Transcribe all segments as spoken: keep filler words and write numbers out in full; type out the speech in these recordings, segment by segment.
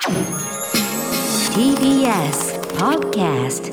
ティービーエス Podcast。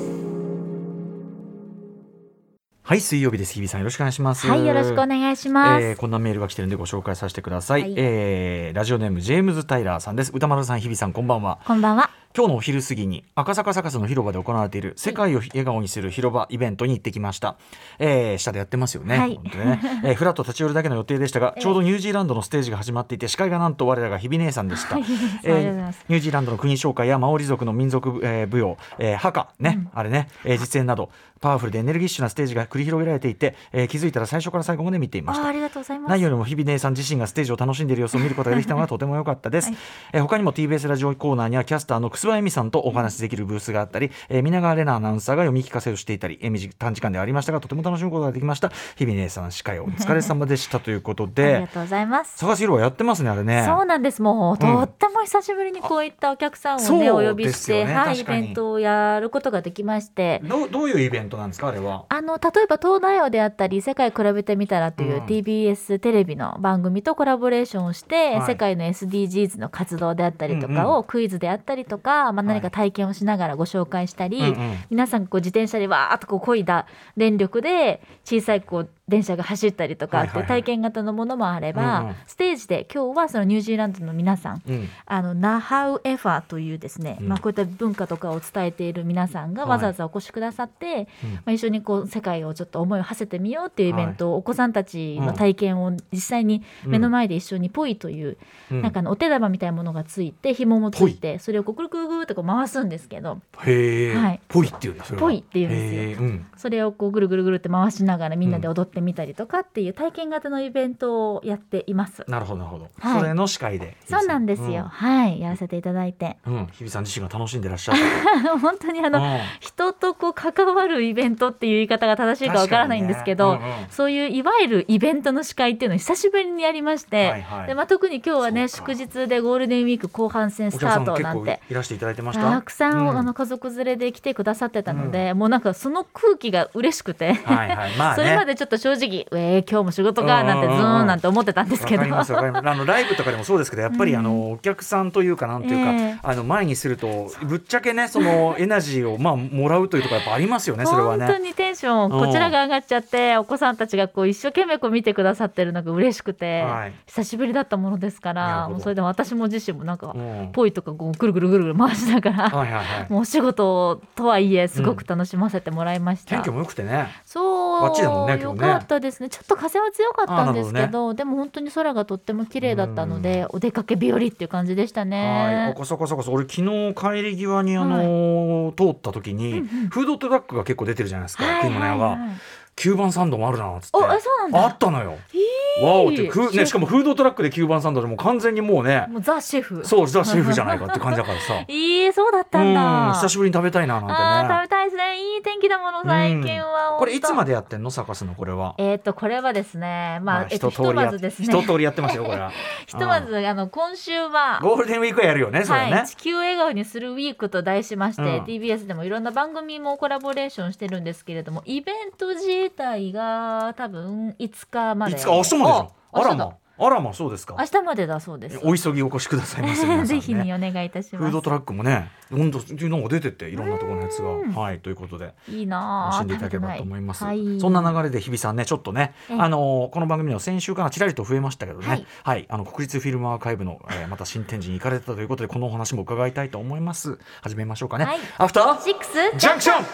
はい、水曜日です。日比さんよろしくお願いします。 はい、よろしくお願いします。 えー、こんなメールが来てるんでご紹介させてください。 はい、 えー、ラジオネームジェームズ・タイラーさんです。歌丸さん、日比さん、こんばんは。 こんばんは。 今日のお昼過ぎに赤坂サカスの広場で行われている世界を笑顔にする広場イベントに行ってきました。えー、下でやってますよね。 はい、 本当にね。えー、フラッと立ち寄るだけの予定でしたが、ちょうどニュージーランドのステージが始まっていて、司会がなんと我らが日比姉さんでした。 はい、 えー、ニュージーランドの国紹介やマオリ族の民族、えー、舞踊、えー、ハカね、うん、あれね、えー、実演などパワフルでエネルギッシュなステージが繰り広げられていて、えー、気づいたら最初から最後まで見ていました。 あ, ありがとうございます。 何よりも日比姉さん自身がステージを楽しんでいる様子を見ることができたのがとても良かったです。はい、えー、他にも ティービーエス ラジオコーナーにはキャスターの楠葉恵美さんとお話しできるブースがあったり、えー、皆川玲奈アナウンサーが読み聞かせをしていたり、えー、短時間ではありましたがとても楽しむことができました。日比姉さん司会お疲れ様でしたということでありがとうございます。 サカス広場やってますね、あれね。 そうなんです。もうとっても久しぶりにこういったお客さんを、ね、お呼びして、ね、はい、イベントをやることができまして。 ど, どういうイベントなんですか、あれは。 あの例えば東大王であったり世界比べてみたらという、うん、ティービーエス テレビの番組とコラボレーションをして、はい、世界の エスディージーズ の活動であったりとかを、うんうん、クイズであったりとか、まあ、何か体験をしながらご紹介したり、はい、うんうん、皆さんこう自転車でわーっとこう漕いだ電力で小さいこう電車が走ったりとかっていう体験型のものもあれば、はいはいはい、ステージで今日はそのニュージーランドの皆さん、うん、あのナハウエファというですね、うん、まあ、こういった文化とかを伝えている皆さんがわざわざお越しくださって、はい、まあ、一緒にこう世界をちょっと思いを馳せてみようっていうイベントを、はい、お子さんたちの体験を実際に目の前で一緒にポイという、うん、なんかのお手玉みたいなものがついて紐もついてそれをこうくるくるくるってこう回すんですけど、 へー、 はい、 ポイっていうんだ、それはポイっていうんですよ、うん、それをこうぐるぐるぐるって回しながらみんなで踊ってみたりとかっていう体験型のイベントをやっています。 なるほどなるほど、はい、それの司会で。 そうなんですよ、うん、はい、やらせていただいて、 うん、日比さん自身が楽しんでらっしゃる本当にあの、うん、人とこう関わるイベントっていう言い方が正しいかわからないんですけど、ね、うんうん、そういういわゆるイベントの司会っていうのを久しぶりにやりまして、はいはい、でまあ、特に今日はね祝日でゴールデンウィーク後半戦スタートなんていらしていただいてました。 たくさん、うん、あの家族連れで来てくださってたので、うん、もうなんかその空気が嬉しくて、はいはい、まあね、それまでちょっと正直えー、今日も仕事かなんてズーンなんて思ってたんですけど、 わかりますわかります。あのライブとかでもそうですけど、やっぱりあのお客さんというかなんていうか、えー、あの前にするとぶっちゃけねそのエナジーをまあもらうというところやっぱありますよね。それはね本当にテンションこちらが上がっちゃって、お子さんたちがこう一生懸命こう見てくださってるのが嬉しくて、はい、久しぶりだったものですから、もうそれで私も自身もなんかポイとかこうぐるぐるぐるぐる回しながら、はいはいはい、もうお仕事とはいえすごく楽しませてもらいました、うん、 天気も良くてね、 そうバッチリだもんね、 よかったですね。ちょっと風は強かったんですけ ど, ど、 ね、 でも本当に空がとっても綺麗だったのでお出かけ日和っていう感じでしたね。 はい、こそこそこそ俺昨日帰り際にあの、はい、通った時に、うんうん、フードトラックが結構出てるじゃないですか、食い物屋が、はいはいはい、きゅうばんサンドもあるなっつって、 あ、そうなんだ、 あったのよ。わおってふ、ね、しかもフードトラックできゅうばんサンドでもう完全にもうね、 もうザ・シェフ、 そうザ・シェフじゃないかって感じだからさいい、そうだったんだ、 うん、久しぶりに食べたいななんてね。 あ、食べたいですね。いい天気だもの最近は、うん、 これいつまでやってんの、サカスのこれは。 えー、とこれはですね、まあ、まあ、 ひとひとまずですね、 一通りやってますよこれはひとまずあの今週はゴールデンウィークはやるよね、それね、 はい、地球を笑顔にするウィークと題しまして、うん、ティービーエス でもいろんな番組もコラボレーションしてるんですけれども、イベント自体が多分いつかまで。 いつか、明日までじゃん。あらまあらまそうですか。 明日までだそうです。 お急ぎお越しくださいませ、ね、 ぜひにお願いいたします。 フードトラックもね、温度なんか出てっていろんなところのやつが、はい、ということでいいな、 楽しんでいただければと思います、はい、 そんな流れで日比さんね、ちょっとね、あのこの番組の先週からちらりと増えましたけどね、はいはい、あの国立フィルムアーカイブの、えー、また新展示に行かれたということで、このお話も伺いたいと思います。始めましょうかね、はい、アフターシックスジャンクション。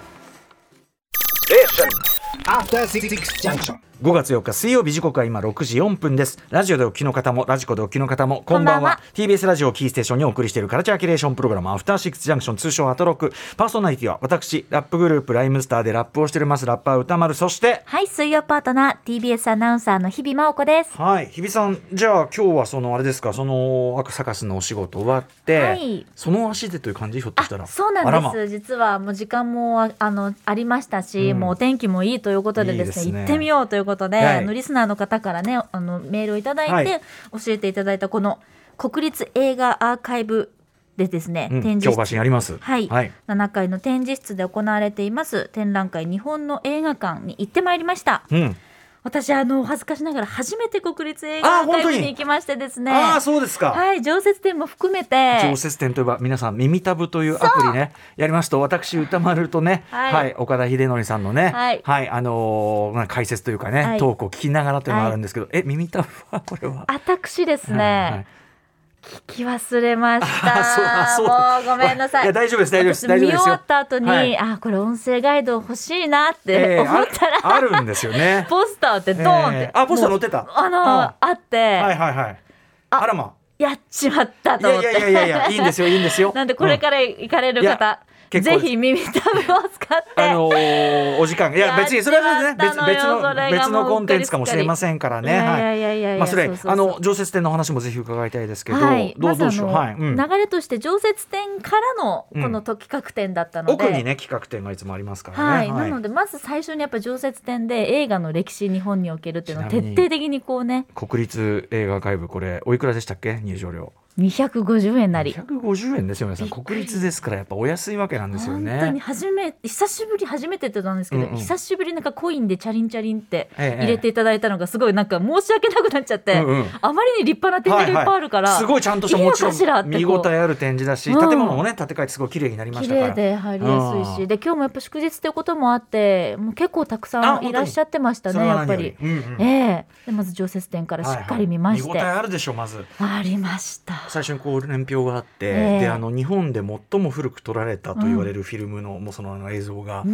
アフターシックスジャンクション。 ごがつよっか水曜日、時刻は今ろくじよんぷんです。ラジオでお聞きの方もラジコでお聞きの方もこんばんは。 こんばんは。 ティービーエス ラジオをキーステーションにお送りしているカルチャーキュレーションプログラム、アフターシックスジャンクション、通称アトロック。パーソナリティは私、ラップグループライムスターでラップをしておりますラッパー歌丸、そしてはい、水曜パートナー ティービーエス アナウンサーの日比真央子です。 はい、日比さん、じゃあ今日はそのあれですか、そのアクサカスのお仕事終わって、はい、その足でという感じ、ひょっとしたら。 あ、そうなんです、ま、実はもう時間も あ, あ, のありましたし、うん、もうお天気もいいということでですね、いいですね、行ってみようということで、はい、あのリスナーの方からね、あのメールをいただいて、はい、教えていただいたこの国立映画アーカイブでですね、 うん、 展示室、 京橋にあります、 はいはい、ななかいの展示室で行われています展覧会、日本の映画館に行ってまいりました、 うん、 私あの恥ずかしながら初めて国立映画アーカイブに行きましてですね。 ああそうですか。 はい、常設展も含めて。 常設展といえば皆さん耳タブというアプリねやりますと、私歌丸とね、はいはい、岡田秀則さんのね、はいはい、あのー、解説というかね、はい、トークを聞きながらというのがあるんですけど、はい、え耳タブはこれは私ですね、はいはい、聞き忘れましたあそうあそうもうごめんなさい。 いや大丈夫です大丈夫です大丈夫ですよ。 見終わった後に、はい、あこれ音声ガイド欲しいなって思ったら、 えー、あ, あるんですよねポスターってドーンって、 えー、あポスター載ってたあのあ, あってはいはいはい あ, あらまやっちまったと思って。 いやいやいやいやいいんですよいいんですよ。 なんでこれから行かれる方、うん、ぜひ耳たぶを使って、 あのー、お時間いや別にそれはね 別, 別の別のコンテンツかもしれませんからね。まあそれあの常設展の話もぜひ伺いたいですけど、はい、どうどうしよう、はいうん、 流れとして常設展からのこの企画展だったので、 うん、奥にね企画展がいつもありますからね。 はいはい、なのでまず最初にやっぱ常設展で映画の歴史日本におけるっていうのを徹底的にこうね。 国立映画アーカイブこれおいくらでしたっけ入場料。 にひゃくごじゅうえんなり。 にひゃくごじゅうえんですよ皆さん。国立ですからやっぱお安いわけなんですよね。 本当に初め久しぶり初めてって言ったんですけど、うんうん、久しぶりなんかコインでチャリンチャリンって入れていただいたのがすごいなんか申し訳なくなっちゃって、うんうん、あまりに立派な展示がいっぱいあるから、はいはい、 すごいちゃんとしたもちろん見応えある展示だし、うん、建物もね建て替えてすごい綺麗になりましたから綺麗で入りやすいし、で今日もやっぱ祝日ということもあってもう結構たくさんいらっしゃってましたねやっぱり、うんうん、えー、でまず常設展からしっかり見まして、はいはい、 見応えあるでしょまず。 ありました。 最初にこう年表があって、えー、であの日本で最も古く撮られたと言われるフィルムの、うん、もうその映像が、うん、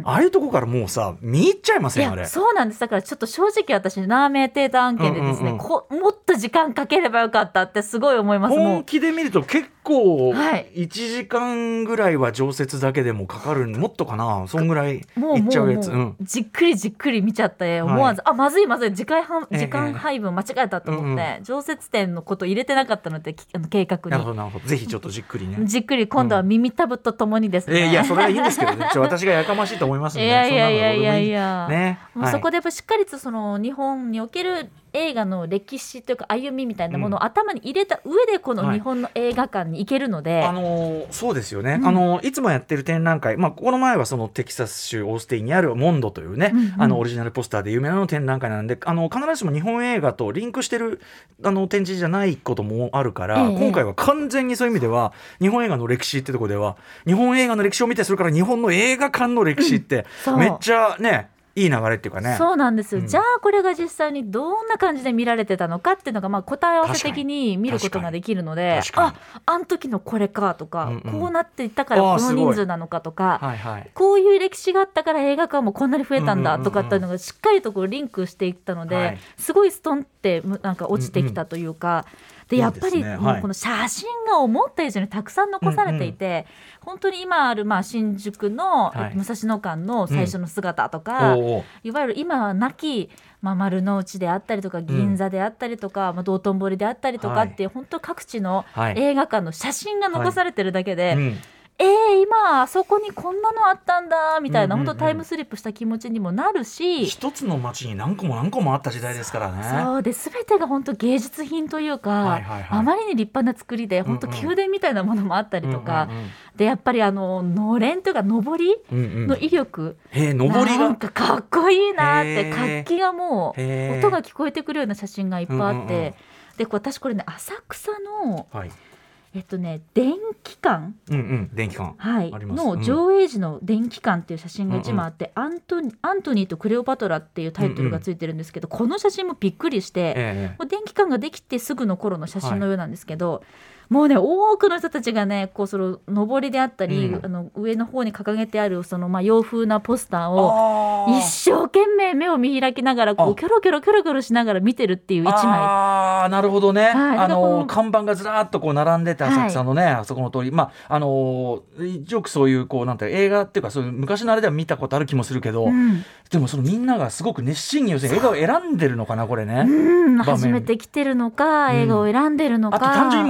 ああいうとこからもうさ見入っちゃいませんあれ。 そうなんです。だからちょっと正直私ラーメンテータ案件でですね、うんうんうん、こもっと時間かければよかったってすごい思います。 本気で見ると結構いちじかんぐらいは常設だけでもかかる、もっとかなそんぐらいいっちゃうやつ。 もうもうもう、うん、じっくりじっくり見ちゃって思わず、はい、あまずいまずい時間は時間配分間違えたと思って、ええ、常設展のこと入れてなかったのであの計画に。 なるほどなるほど。ぜひちょっとじっくりねじっくり今度は耳たぶとともにですね、 うん、えー、いやそれはいいんですけどねちょ私がやかましいと思いますんで、 いやいやいやいやいや、 ね、 もうそこでやっぱしっかりとその日本における映画の歴史というか歩みみたいなものを頭に入れた上でこの日本の映画館に行けるので、はい、 あのー、そうですよね、うん、あのー、いつもやってる展覧会、まあ、この前はそのテキサス州オースティンにあるモンドというね、うんうん、あのオリジナルポスターで有名なの展覧会なんで、あの必ずしも日本映画とリンクしてるあの展示じゃないこともあるから、ええ、今回は完全にそういう意味では日本映画の歴史ってところでは日本映画の歴史を見てそれから日本の映画館の歴史ってめっちゃね、いい流れっていうかね。 そうなんですよ、 うん、 じゃあこれが実際にどんな感じで見られてたのかっていうのがまあ答え合わせ的に見ることができるので、ああん時のこれかとか、うんうん、こうなっていったからこの人数なのかとか、はいはい、こういう歴史があったから映画館もこんなに増えたんだとかっていうのがしっかりとこうリンクしていったので、はい、すごいストンってなんか落ちてきたというか、うんうんでやっぱりもうこの写真が思った以上にたくさん残されていて、はい、本当に今あるまあ新宿の武蔵野間の最初の姿とか、うん、いわゆる今はなき、まあ、丸の内であったりとか銀座であったりとか、うんまあ、道頓堀であったりとかっていう、はい、本当各地の映画館の写真が残されてるだけで、はいうんえー、今あそこにこんなのあったんだみたいな、うんうんうん、本当タイムスリップした気持ちにもなるし、 一つの街に何個も何個もあった時代ですからね。 そうで全てが本当芸術品というか、はいはいはい、あまりに立派な作りで本当宮殿みたいなものもあったりとか、うんうん、でやっぱりあののれんというか上りの威力、 うんうん、上りがなんかかっこいいなって活気がもう音が聞こえてくるような写真がいっぱいあって、うんうんうん、で私これね浅草の、はいえっとね、電気館、 うんうん、電気館、 はい、の上映時の電気館っていう写真がいちまいあって、うんうん、アントニ、アントニーとクレオパトラっていうタイトルがついてるんですけど、うんうん、この写真もびっくりして、ええ、もう電気館ができてすぐの頃の写真のようなんですけど、はいもうね多くの人たちがねこうその上りであったり、うん、あの上の方に掲げてあるそのまあ洋風なポスターを一生懸命目を見開きながらこうキョロキョロキョロキョロしながら見てるっていう一枚。 ああなるほどね、はい、あの看板がずらっとこう並んでて浅草のね、はい、あそこの通り、まああのよくそういうこうなんて映画っていうかそういう昔のあれでは見たことある気もするけど、うん、でもそのみんながすごく熱心に要するに映画を選んでるのかなこれね。 うん初めて来てるのか映画を選んでるのか、 うん、あと単純にもうこの道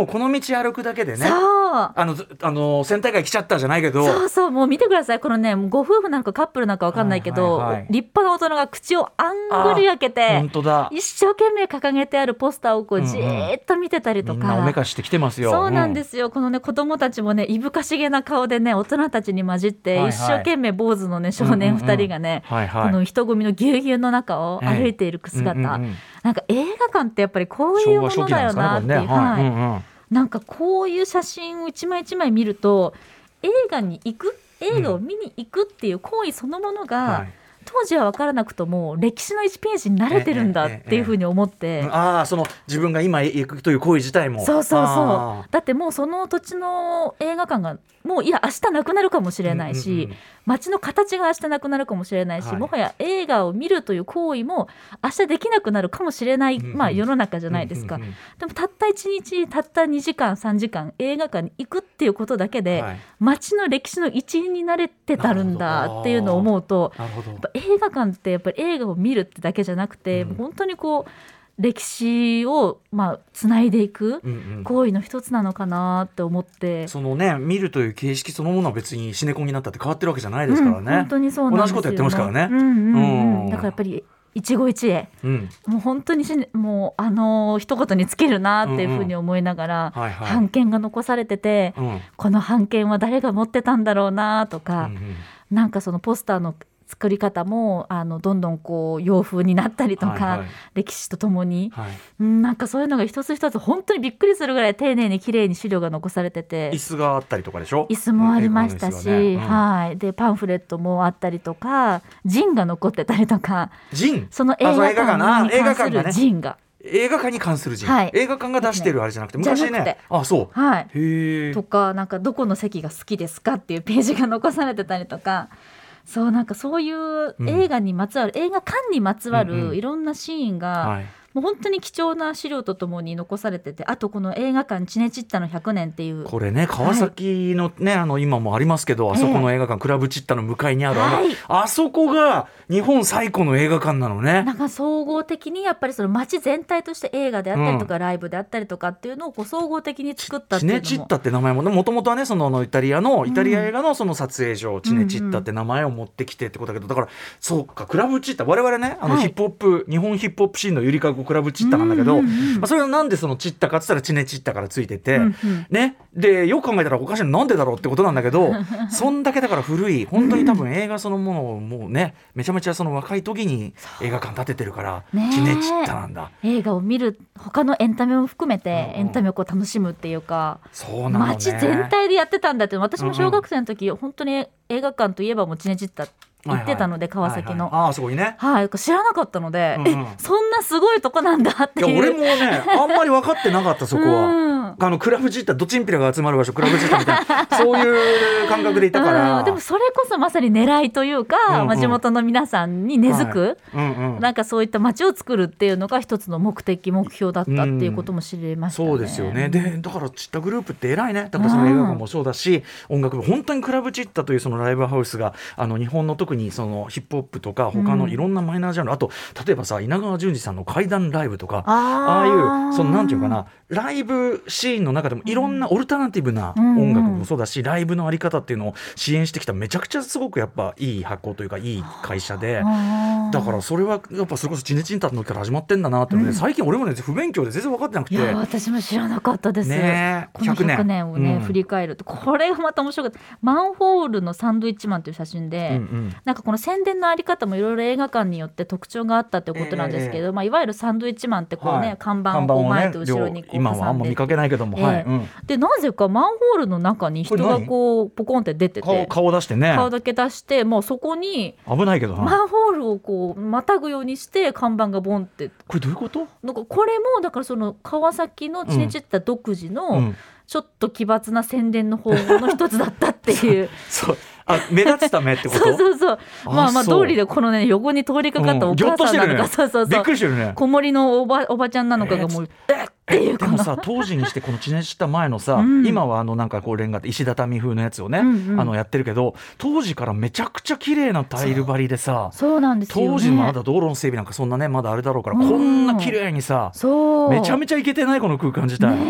道歩くだけでね、 そうあのあのセンター街来ちゃったじゃないけど、 そうそうもう見てくださいこのねご夫婦なのかカップルなのか分かんないけど、 はいはいはい、 立派な大人が口をあんぐり開けて本当だ一生懸命掲げてあるポスターをこうじーっと見てたりとか、 みんなおめかしてきてますよ。 そうなんですよ、うん、このね子供たちもねいぶかしげな顔でね大人たちに混じって、はいはい、一生懸命坊主のね少年ふたりがね、うんうんうんはいはい、この人混みのぎゅうぎゅうの中を歩いている姿、えーうんうんうん、なんか映画館ってやっぱりこういうものだよなっていう、ねはいはいうんうん、なんかこういう写真を一枚一枚見ると映画に行く映画を見に行くっていう行為そのものが、うんはい、当時は分からなくとも歴史のいちページに慣れてるんだっていうふうに思って、ええええええ、ああその自分が今行くという行為自体もそうそうそうだってもうその土地の映画館がもういや明日なくなるかもしれないし、うんうんうん、街の形が明日なくなるかもしれないし、はい、もはや映画を見るという行為も明日できなくなるかもしれない、うんうんまあ、世の中じゃないですか、うんうんうん、でもたったいちにちたったにじかんさんじかん映画館に行くっていうことだけで、はい、街の歴史の一員になれてたるんだっていうのを思うとやっぱ映画館ってやっぱり映画を見るってだけじゃなくて、うん、本当にこう歴史をまあつないでいく行為の一つなのかなって思って、うんうん、 そのね見るという形式そのものは別にシネコンになったって変わってるわけじゃないですからね、うん、 本当にそうなんですよ、ね、 同じことやってますからね、 うんうんうんうん、だからやっぱり一期一会、うん、もう本当にしもうあの一言に尽きるなっていうふうに思いながら、うんうんはいはい、版権が残されてて、うん、この版権は誰が持ってたんだろうなとか、うんうん、なんかそのポスターの作り方もあのどんどんこう洋風になったりとか、はいはい、歴史とともに、はいうん、なんかそういうのが一つ一つ本当にびっくりするぐらい丁寧に綺麗に資料が残されてて椅子があったりとかでしょ椅子もありましたし、ねうんはい、でパンフレットもあったりとかジンが残ってたりとかジンその映画館に関するジンが映画館に関するジン、はい、映画館が出してるあれじゃなくて昔ねあそう、 はい、へとかなんかどこの席が好きですかっていうページが残されてたりとかそうなんかそういう映画にまつわる、うん、映画館にまつわるいろんなシーンが、うんうんはいもう本当に貴重な資料とともに残されててあとこの映画館チネチッタのひゃくねんっていうこれね川崎のね、はい、あの今もありますけどあそこの映画館、えー、クラブチッタの向かいにある、はい、あ, あそこが日本最古の映画館なのねなんか総合的にやっぱりその街全体として映画であったりとか、うん、ライブであったりとかっていうのをこう総合的に作ったっていうのもチネチッタって名前ももともとはねそのイタリアのイタリア映画のその撮影所、うん、チネチッタって名前を持ってきてってことだけどだからそうかクラブチッタ我々ねあのヒップホップ、はい、日本ヒップホップシーンのゆりかごクラブチッタなんだけど、うんうんうんまあ、それはなんでそのチッタかって言ったらチネチッタからついてて、うんうんね、でよく考えたらおかしいのなんでだろうってことなんだけどそんだけだから古い本当に多分映画そのものをもうねめちゃめちゃその若い時に映画館建ててるからチネチッタなんだ映画を見る他のエンタメも含めてエンタメをこう楽しむっていうか、 そうなのね、 街全体でやってたんだって私も小学生の時、うんうん、本当に映画館といえばもうチネチッタ行ってたので、はいはい、川崎の、 はいはい、あすごいね、 はい、知らなかったので、うんうん、えそんなすごいとこなんだっていういや俺もねあんまり分かってなかったそこは、うん、あのクラブチッタドチンピラが集まる場所クラブチッタみたいなそういう感覚でいたから、 うん、でもそれこそまさに狙いというか、うんうんまあ、地元の皆さんに根付く、はいうんうん、なんかそういった街を作るっていうのが一つの目的目標だったっていうことも知れましたね、 うん、そうですよねでだからチッタグループって偉いねだからその映画館もそうだし、うん、音楽部本当にクラブチッタというそのライブハウスがあの日本の特にそのヒップポップとか他のいろんなマイナージャンル、うん、あと例えばさ稲川淳二さんの怪談ライブとか あ, ああいうそのなんていうかなライブシーンの中でもいろんなオルタナティブな音楽もそうだし、うんうん、ライブのあり方っていうのを支援してきためちゃくちゃすごくやっぱいい発行というかいい会社でだからそれはやっぱそれこそチネチンタの時から始まってんだなっていうので、うん、最近俺もね不勉強で全然分かってなくていや私も知らなかったです、ね、このひゃくねんをね、うん、振り返るとこれがまた面白かったマンホールのサンドイッチマンという写真で、うんうん、なんかこの宣伝のあり方もいろいろ映画館によって特徴があったということなんですけど、えーまあ、いわゆるサンドイッチマンってこう、ねはい、看板をこう前と後ろにこう挟んで、 今はあんま見かけないけども、えーはいうん、 でなぜかマンホールの中に人がこうポコンって出てて顔, 顔出してね顔だけ出してもうそこに危ないけどなマンホールをこうまたぐようにして看板がボンってこれどういうことなんかこれもだからその川崎のチネチッタ独自の、うんうんちょっと奇抜な宣伝の方法の一つだったっていうそうあ目立つためってことそうそうそうまあまあ通りでこのね横に通りかかったお母さんなのか、うんね、そうそうそうびっくりしてるね小森のお ば, おばちゃんなのかがもうえっっていうでもさ当時にしてこのチネチッタ前のさ、うん、今はあのなんかこうレンガ石畳風のやつをね、うんうん、あのやってるけど当時からめちゃくちゃ綺麗なタイル張りでさそうなんですよ、ね、 当時まだ道路の整備なんかそんなねまだあれだろうから、うん、こんな綺麗にさめちゃめちゃイケてないこの空間自体、 ね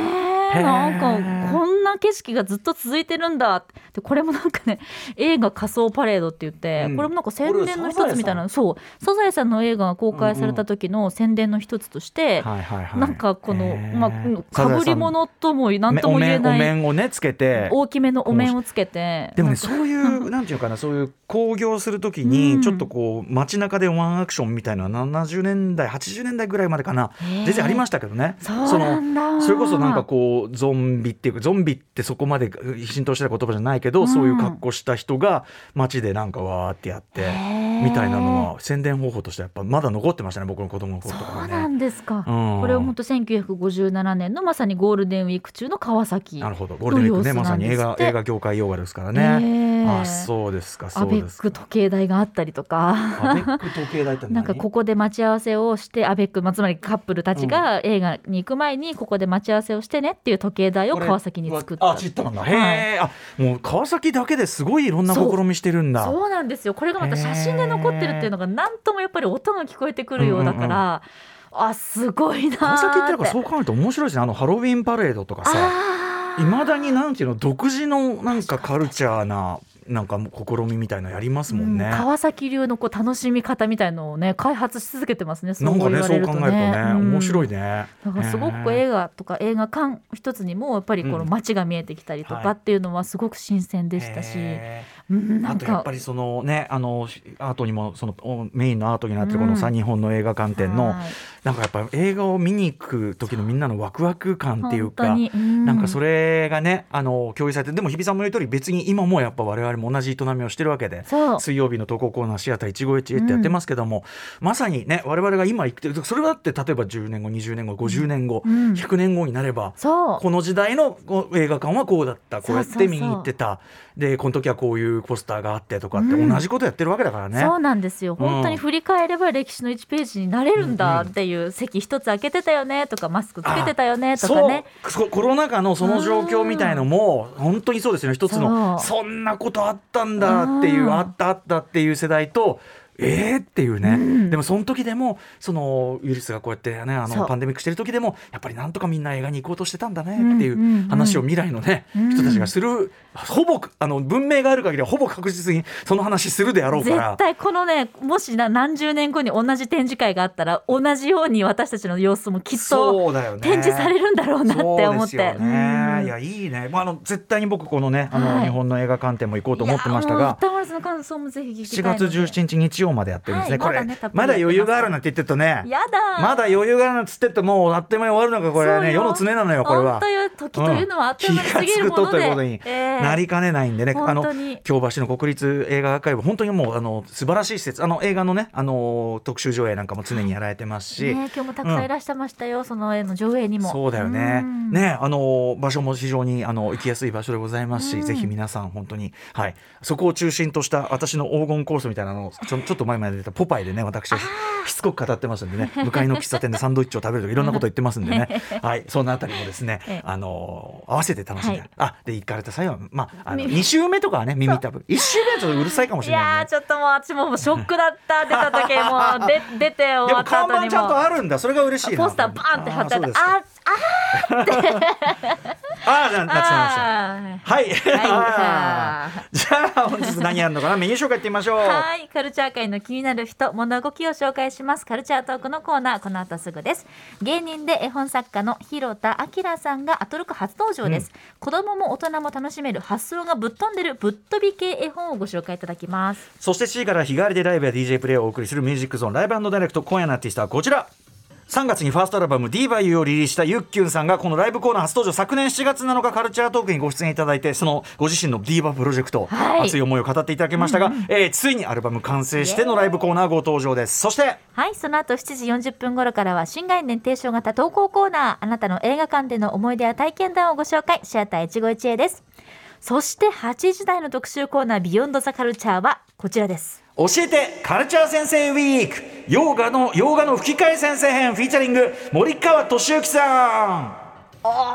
えなんかこんな景色がずっと続いてるんだでこれもなんかね映画仮装パレードって言って、うん、これもなんか宣伝の一つみたいなそうサザエさんの映画が公開された時の宣伝の一つとして、うんうん、なんかこの、まあ、かぶり物とも何とも言えないお面をねつけて大きめのお面をつけてでもねそういうなんていうかなそういう興行する時にちょっとこう街中でワンアクションみたいなななじゅうねんだいはちじゅうねんだいぐらいまでかな全然ありましたけどね。 そうなんだ。 そのそれこそなんかこうゾンビっていうかゾンビってそこまで浸透した言葉じゃないけど、うん、そういう格好した人が街でなんかわーってやってみたいなのは宣伝方法としてやっぱまだ残ってましたね僕の子供の頃とかね。 そうなんですか、 うん、 これは本当せんきゅうひゃくごじゅうななねんのまさにゴールデンウィーク中の川崎の様子なんですって。 なるほどゴールデンウィークねまさに映画、映画業界用語ですからね。あそうですかそうですか。 アベック時計台があったりとかアベック時計台って何なんかここで待ち合わせをしてアベック、まあ、つまりカップルたちが映画に行く前にここで待ち合わせをしてねっていう時計台を川崎に作った。 あ知ったんだ。へー、あもう川崎だけですごいいろんな試みしてるんだ。 そう、そうなんですよ。これがまた写真で残ってるっていうのがなんともやっぱり音が聞こえてくるようだから、うんうんうん、あすごいなって。 川崎ってなんかそう考えると面白いですね。あのハロウィンパレードとかさいまだになんていうの独自のなんかカルチャーななんか試みみたいなのやりますもんね、 うん、川崎流のこう楽しみ方みたいのをね開発し続けてますね。そう言われるとね、なんかねそう考えるとね、 うん、面白いね。 だからすごく映画とか映画館一つにもやっぱりこの街が見えてきたりとかっていうのはすごく新鮮でしたし、うん、なんかあとやっぱりそのねあのアートにもそのメインのアートになってるこのさ、うん、日本の映画館展のなんかやっぱ映画を見に行く時のみんなのワクワク感っていうか、うん、なんかそれがねあの共有されて、でも日比さんも言う通り別に今もやっぱ我々も同じ営みをしてるわけで、水曜日の投稿コーナーシアター一期一会ってやってますけども、うん、まさにね我々が今生きてるそれだって例えばじゅうねんごにじゅうねんごごじゅうねんご、うん、ひゃくねんごになればこの時代の映画館はこうだったこうやって見に行ってた、そうそうそうでこの時はこういうポスターがあってとかって同じことやってるわけだからね、 うん、そうなんですよ。本当に振り返れば歴史のいちページになれるんだっていう、うんうん、席一つ開けてたよねとかマスクつけてたよねとかね。 そうコロナ禍のその状況みたいのも本当にそうですよね。一つの そ, そんなことあったんだっていうあったあったっていう世代とえーっていうね、うん、でもその時でもそのウイルスがこうやってねあのパンデミックしてる時でもやっぱりなんとかみんな映画に行こうとしてたんだねっていう話を未来のね、うんうんうん、人たちがする、ほぼあの文明がある限りはほぼ確実にその話するであろうから、 絶対このねもし何十年後に同じ展示会があったら同じように私たちの様子もきっと展示されるんだろうなって思って。そうですよね、うん、 いやいいね、まあ、あの絶対に僕このねあの、はい、日本の映画館展も行こうと思ってましたが、 田村さんの感想もぜひ聞きたいのでしがつじゅうしちにち日曜までやってるんですね、はい、これ ま, まだ余裕があるなんて言ってるとね、 やだまだ余裕があるなんて言ってるともうあっという間に終わるのかこれはね世の常なのよこれは。 本当いう時というのはあっという間に過ぎるもので、うん、気がつくとということになりかねないんでね、 えー、 あの京橋の国立映画アーカイブ本当にもうあの素晴らしい施設、あの映画のねあの特集上映なんかも常にやられてますし、 ね、今日もたくさんいらっしゃいましたよ、うん、その絵の上映にも。 そうだよね、ねあの場所も非常にあの行きやすい場所でございますし、うん、ぜひ皆さん本当に、はい、そこを中心とした私の黄金コースみたいなのをちょ、ちょっと前まで出たポパイでね私はしつこく語ってますんでね向かいの喫茶店でサンドイッチを食べるとかいろんなこと言ってますんでねはい、そのあたりもですねあの合わせて楽しんで、はい、あで行かれた際は、まあ、あのに週目とかはね耳たぶいち週目はちょっとうるさいかもしれない、ね、 いやちょっともう私もショックだった出た時もうで出て終わった後にもでも看板ちゃんとあるんだ、それが嬉しいな。 ポスターバーンって貼ってあってああーってあーなっちゃいましたはい、はい、じゃあ本日何やるのかなメニュー紹介いってみましょう。 はい、カルチャー界の気になる人物動きを紹介します。カルチャートークのコーナー、この後すぐです。芸人で絵本作家の広田明さんがアトロク初登場です、うん、子供も大人も楽しめる発想がぶっ飛んでるぶっ飛び系絵本をご紹介いただきます。 そしてしちじから日替わりでライブや ディージェー プレイをお送りするミュージックゾーンライブ&ダイレクト。今夜のアーティストはこちら。さんがつにファーストアルバム ディー バイ ユー をリリースしたゆっきゅんさんがこのライブコーナー初登場。昨年しちがつなのかカルチャートークにご出演いただいて、そのご自身のディーバプロジェクト、はい、熱い思いを語っていただきましたが、うんうんえー、ついにアルバム完成してのライブコーナーご登場です。そしてはいその後しちじよんじゅっぷん頃からは新概念提唱型投稿コーナー、あなたの映画館での思い出や体験談をご紹介、シアター一期一会です。そしてはちじ台の特集コーナービヨンドザカルチャーはこちらです。 教えてカルチャー先生ウィーク、洋画の洋画の吹き替え先生編フィーチャリング森川俊之さん。 あ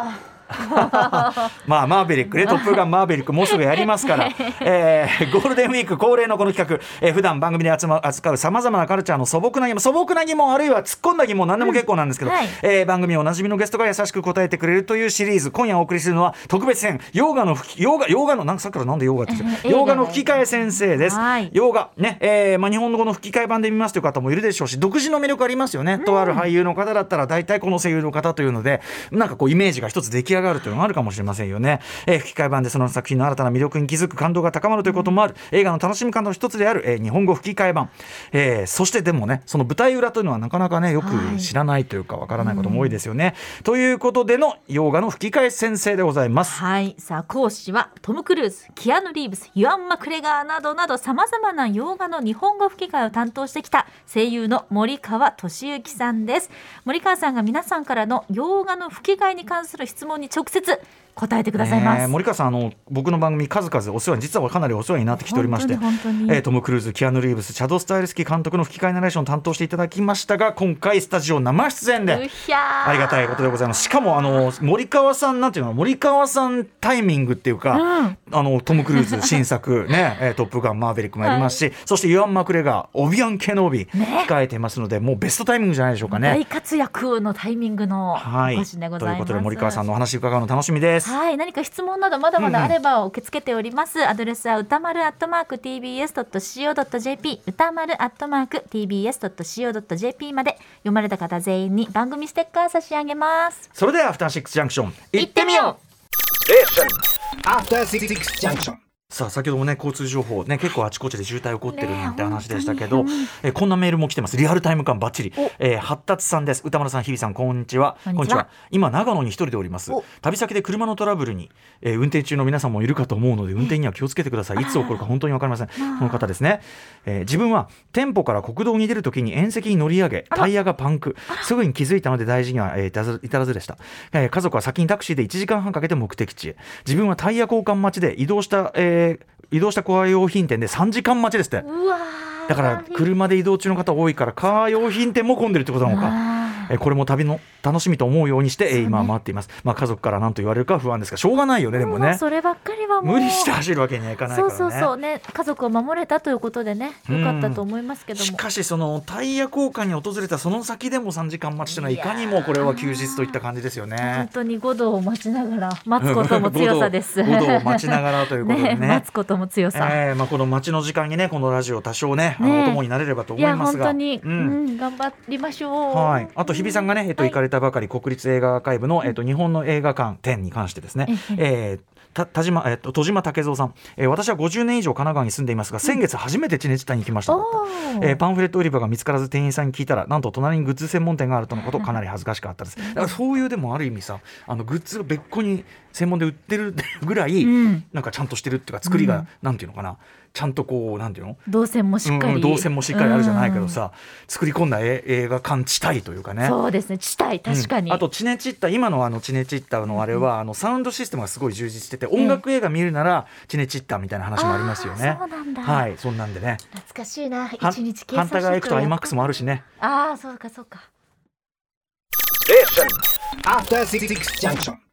まあマーベリックね、トップガンマーベリックもうすぐやりますから、えー、ゴールデンウィーク恒例のこの企画、えー、普段番組で集ま扱うさまざまなカルチャーの素朴な疑問素朴な疑問あるいは突っ込んだ疑問何でも結構なんですけど、うんはいえー、番組おなじみのゲストが優しく答えてくれるというシリーズ、今夜お送りするのは特別編洋画の吹き洋画洋画のなんかさっきからなんで洋画って言って洋画の吹き替え先生です。洋画ね、えーまあ、日本のこの吹き替え版で見ますという方もいるでしょうし、独自の魅力ありますよね、うん、とある俳優の方だったら大体この声優の方というのでなんかこうイメージが一つ出来上がるというのがあるかもしれませんよね、えー、吹き替え版でその作品の新たな魅力に気づく感動が高まるということもある、うん、映画の楽しみ方の一つである、えー、日本語吹き替え版、えー、そしてでもねその舞台裏というのはなかなかねよく知らないというかわからないことも多いですよね、はいうん、ということでの洋画の吹き替え先生でございます。 はいさあ講師はトム・クルーズ、キアヌ・リーブス、ユアン・マクレガーなどなどさまざまな洋画の日本語吹き替えを担当してきた声優の森川俊之さんです。森川さんが皆さんからの洋画の吹き替えに関する質問に直接答えてくださいます、 ね、森川さんあの僕の番組数々お世話に実はかなりお世話になってきておりまして、えー、トム・クルーズ、キアヌ・リーブス、チャド・スタイルスキー監督の吹き替えナレーションを担当していただきましたが、今回スタジオ生出演でありがたいことでございます。しかもあの森川さんなんていうの森川さんタイミングっていうか、うん、あのトム・クルーズ新作ねトップガンマーヴェリックもやりますし、はい、そしてユアン・マクレガー、オビアン・ケノービ、ね、控えていますのでもうベストタイミングじゃないでしょうかね。 大活躍のタイミングのお越しでございます、はい、ということで森川さんのお話伺うの楽しみです。 はい、何か質問などまだまだあれば受け付けております、うんうん、アドレスは歌丸アットマーク ティービーエスドットシーオードットジェーピー 歌丸アットマーク ティービーエスドットシーオードットジェーピー まで読まれた方全員に番組ステッカー差し上げます。 それではアフターシックスジャンクション行ってみよう。 アフターシックスジャンクション。 さあ先ほどもね交通情報ね結構あちこちで渋滞起こってるなんて話でしたけど、ねえこんなメールも来てます。リアルタイム感バッチリ、えー、発達さんです。歌丸さん、日比さん、こんにちは。こんにちは。今長野に一人でおります。旅先で車のトラブルに、えー、運転中の皆さんもいるかと思うので運転には気をつけてください。いつ起こるか本当に分かりません。この方ですね、えー、自分は店舗から国道に出るときに縁石に乗り上げタイヤがパンク、すぐに気づいたので大事には、えー、至らずでした、えー、家族は先にタクシーでいちじかんはんかけて目的地へ。自分はタイヤ交換待ちで移動した、えー移動したカー用品店でさんじかん待ちですって。 うわだから車で移動中の方多いからカー用品店も混んでるってことなのか。えこれも旅の楽しみと思うようにして、ね、今は待っています。まあ、家族から何と言われるか不安ですがしょうがないよね。でもねそればっかりはもう無理して走るわけにはいかないからね。 そうそうそうね、家族を守れたということでねよかったと思いますけども、 しかしそのタイヤ交換に訪れたその先でもさんじかん待ちというのはいかにもこれは休日といった感じですよね。 本当にごどを待ちながら待つことも強さですごどを待ちながらということで ね, ね待つことも強さ、 えーまあ、この待ちの時間にねこのラジオ多少ね、ねあのお供になれればと思いますが、 いや本当に、うんうん、頑張りましょう。 はい、あと日比さんがね、えっと、行かれたばかり国立映画アーカイブの、えっと、日本の映画館展に関してですね、えーた田島えっと、戸島武三さん、えー、私はごじゅうねん以上神奈川に住んでいますが先月初めてチネチタに行きました、うんえー、パンフレット売り場が見つからず店員さんに聞いたらなんと隣にグッズ専門店があるとのこと、かなり恥ずかしかったです。だからそういうでもある意味さあのグッズが別個に専門で売ってるぐらい、うん、なんかちゃんとしてるっていうか作りが、うん、なんていうのかなちゃんとこうなんていうの動線もしっかり、 うん、動線もしっかりあるじゃないけどさ、うん、作り込んだ映画館地帯というかね。 そうですね地帯確かに、 うん、あとチネチッタ今のあのチネチッタのあれは、うん、あのサウンドシステムがすごい充実してて、音楽映画見るならチネチッタみたいな話もありますよね。 そうなんだ。 はいそんなんでね懐かしいな。一日計算反対側行くと アイマックス もあるしね。 ああそうかそうか。 After シックスジャンクション